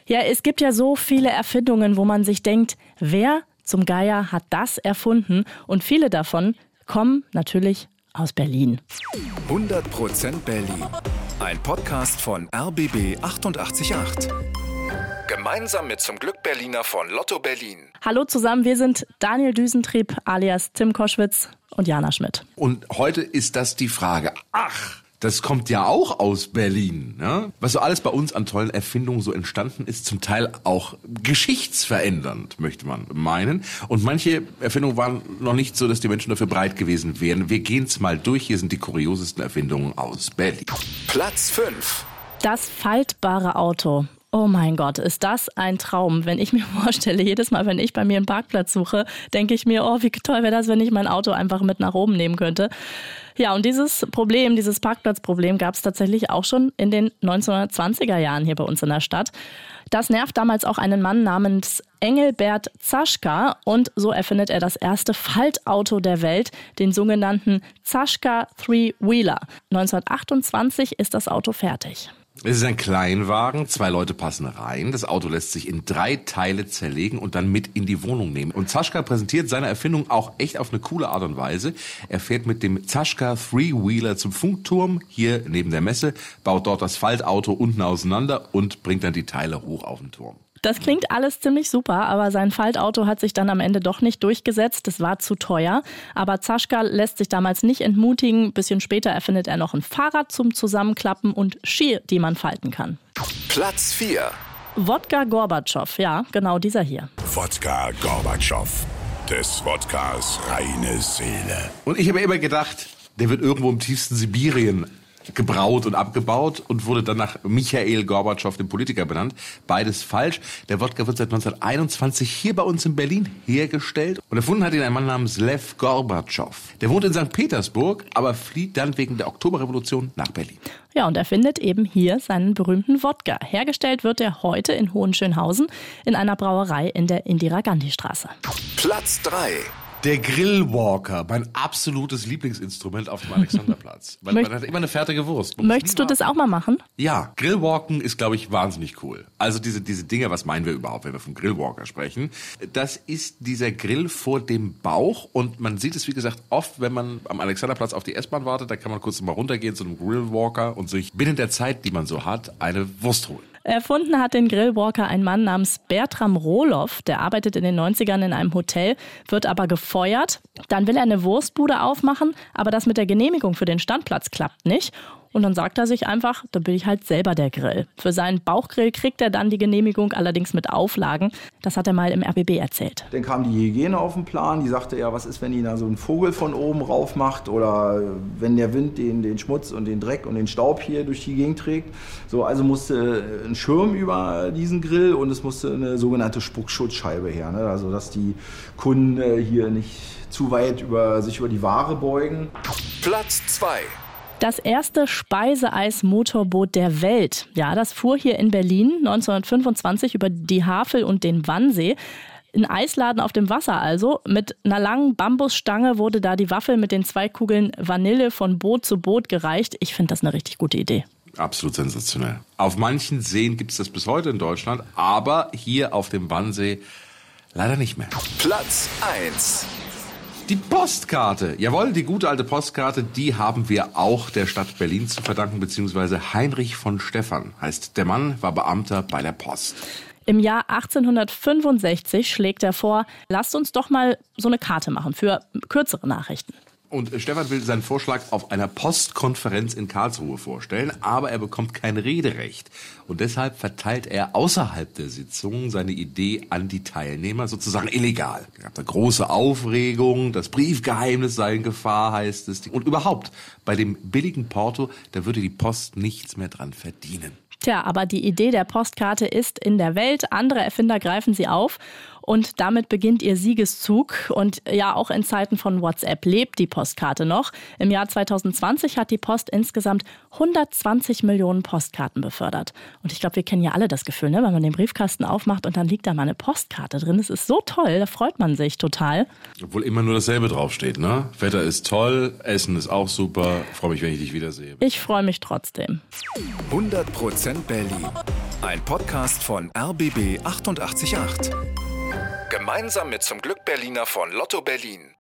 Ja, es gibt ja so viele Erfindungen, wo man sich denkt, wer zum Geier hat das erfunden? Und viele davon kommen natürlich aus Berlin. 100% Berlin. Ein Podcast von RBB 888. Gemeinsam mit Zum Glück Berliner von Lotto Berlin. Hallo zusammen, wir sind Daniel Düsentrieb alias Tim Koschwitz und Jana Schmidt. Und heute ist das die Frage. Ach, das kommt ja auch aus Berlin. Ne? Was so alles bei uns an tollen Erfindungen so entstanden ist, zum Teil auch geschichtsverändernd, möchte man meinen. Und manche Erfindungen waren noch nicht so, dass die Menschen dafür bereit gewesen wären. Wir gehen's mal durch. Hier sind die kuriosesten Erfindungen aus Berlin. Platz 5. Das faltbare Auto. Oh mein Gott, ist das ein Traum. Wenn ich mir vorstelle, jedes Mal, wenn ich bei mir einen Parkplatz suche, denke ich mir, oh, wie toll wäre das, wenn ich mein Auto einfach mit nach oben nehmen könnte. Ja, und dieses Parkplatzproblem gab es tatsächlich auch schon in den 1920er Jahren hier bei uns in der Stadt. Das nervt damals auch einen Mann namens Engelbert Zaschka und so erfindet er das erste Faltauto der Welt, den sogenannten Zaschka Three-Wheeler. 1928 ist das Auto fertig. Es ist ein Kleinwagen, 2 Leute passen rein. Das Auto lässt sich in 3 Teile zerlegen und dann mit in die Wohnung nehmen. Und Zaschka präsentiert seine Erfindung auch echt auf eine coole Art und Weise. Er fährt mit dem Zaschka Three-Wheeler zum Funkturm, hier neben der Messe, baut dort das Faltauto unten auseinander und bringt dann die Teile hoch auf den Turm. Das klingt alles ziemlich super, aber sein Faltauto hat sich dann am Ende doch nicht durchgesetzt. Das war zu teuer. Aber Zaschka lässt sich damals nicht entmutigen. Ein bisschen später erfindet er noch ein Fahrrad zum Zusammenklappen und Ski, die man falten kann. Platz 4. Wodka Gorbatschow, ja, genau dieser hier. Wodka Gorbatschow. Des Wodkas reine Seele. Und ich habe immer gedacht, der wird irgendwo im tiefsten Sibirien gebraut und abgebaut und wurde dann nach Michail Gorbatschow, dem Politiker, benannt. Beides falsch. Der Wodka wird seit 1921 hier bei uns in Berlin hergestellt und erfunden hat ihn ein Mann namens Lew Gorbatschow. Der wohnt in St. Petersburg, aber flieht dann wegen der Oktoberrevolution nach Berlin. Ja, und er findet eben hier seinen berühmten Wodka. Hergestellt wird er heute in Hohenschönhausen in einer Brauerei in der Indira-Gandhi-Straße. Platz 3. Der Grillwalker, mein absolutes Lieblingsinstrument auf dem Alexanderplatz. Weil man hat immer eine fertige Wurst. Möchtest du das auch mal machen? Ja, Grillwalken ist, glaube ich, wahnsinnig cool. Also diese Dinge, was meinen wir überhaupt, wenn wir vom Grillwalker sprechen? Das ist dieser Grill vor dem Bauch und man sieht es, wie gesagt, oft, wenn man am Alexanderplatz auf die S-Bahn wartet, da kann man kurz mal runtergehen zu einem Grillwalker und sich binnen der Zeit, die man so hat, eine Wurst holen. Erfunden hat den Grillwalker ein Mann namens Bertram Rohloff. Der arbeitet in den 90ern in einem Hotel, wird aber gefeuert. Dann will er eine Wurstbude aufmachen, aber das mit der Genehmigung für den Standplatz klappt nicht. Und dann sagt er sich einfach, da bin ich halt selber der Grill. Für seinen Bauchgrill kriegt er dann die Genehmigung, allerdings mit Auflagen. Das hat er mal im RBB erzählt. Dann kam die Hygiene auf den Plan, die sagte, ja, was ist, wenn die da so einen Vogel von oben rauf macht oder wenn der Wind den Schmutz und den Dreck und den Staub hier durch die Gegend trägt. So, also musste ein Schirm über diesen Grill und es musste eine sogenannte Spuckschutzscheibe her, ne? Also dass die Kunden hier nicht zu weit sich über die Ware beugen. Platz 2. Das erste Speiseeis-Motorboot der Welt. Ja, das fuhr hier in Berlin 1925 über die Havel und den Wannsee. Ein Eisladen auf dem Wasser also. Mit einer langen Bambusstange wurde da die Waffel mit den 2 Kugeln Vanille von Boot zu Boot gereicht. Ich finde das eine richtig gute Idee. Absolut sensationell. Auf manchen Seen gibt es das bis heute in Deutschland, aber hier auf dem Wannsee leider nicht mehr. Platz 1. Die Postkarte. Jawohl, die gute alte Postkarte, die haben wir auch der Stadt Berlin zu verdanken, beziehungsweise Heinrich von Stephan heißt der Mann, war Beamter bei der Post. Im Jahr 1865 schlägt er vor, lasst uns doch mal so eine Karte machen für kürzere Nachrichten. Und Stephan will seinen Vorschlag auf einer Postkonferenz in Karlsruhe vorstellen, aber er bekommt kein Rederecht. Und deshalb verteilt er außerhalb der Sitzung seine Idee an die Teilnehmer, sozusagen illegal. Es gab da große Aufregung, das Briefgeheimnis sei in Gefahr, heißt es. Und überhaupt, bei dem billigen Porto, da würde die Post nichts mehr dran verdienen. Tja, aber die Idee der Postkarte ist in der Welt. Andere Erfinder greifen sie auf. Und damit beginnt ihr Siegeszug. Und ja, auch in Zeiten von WhatsApp lebt die Postkarte noch. Im Jahr 2020 hat die Post insgesamt 120 Millionen Postkarten befördert. Und ich glaube, wir kennen ja alle das Gefühl, ne? Wenn man den Briefkasten aufmacht und dann liegt da mal eine Postkarte drin. Das ist so toll, da freut man sich total. Obwohl immer nur dasselbe draufsteht, ne? Wetter ist toll, Essen ist auch super. Ich freue mich, wenn ich dich wiedersehe. Ich freue mich trotzdem. 100% Berlin. Ein Podcast von RBB 888. Gemeinsam mit Zum Glück Berliner von Lotto Berlin.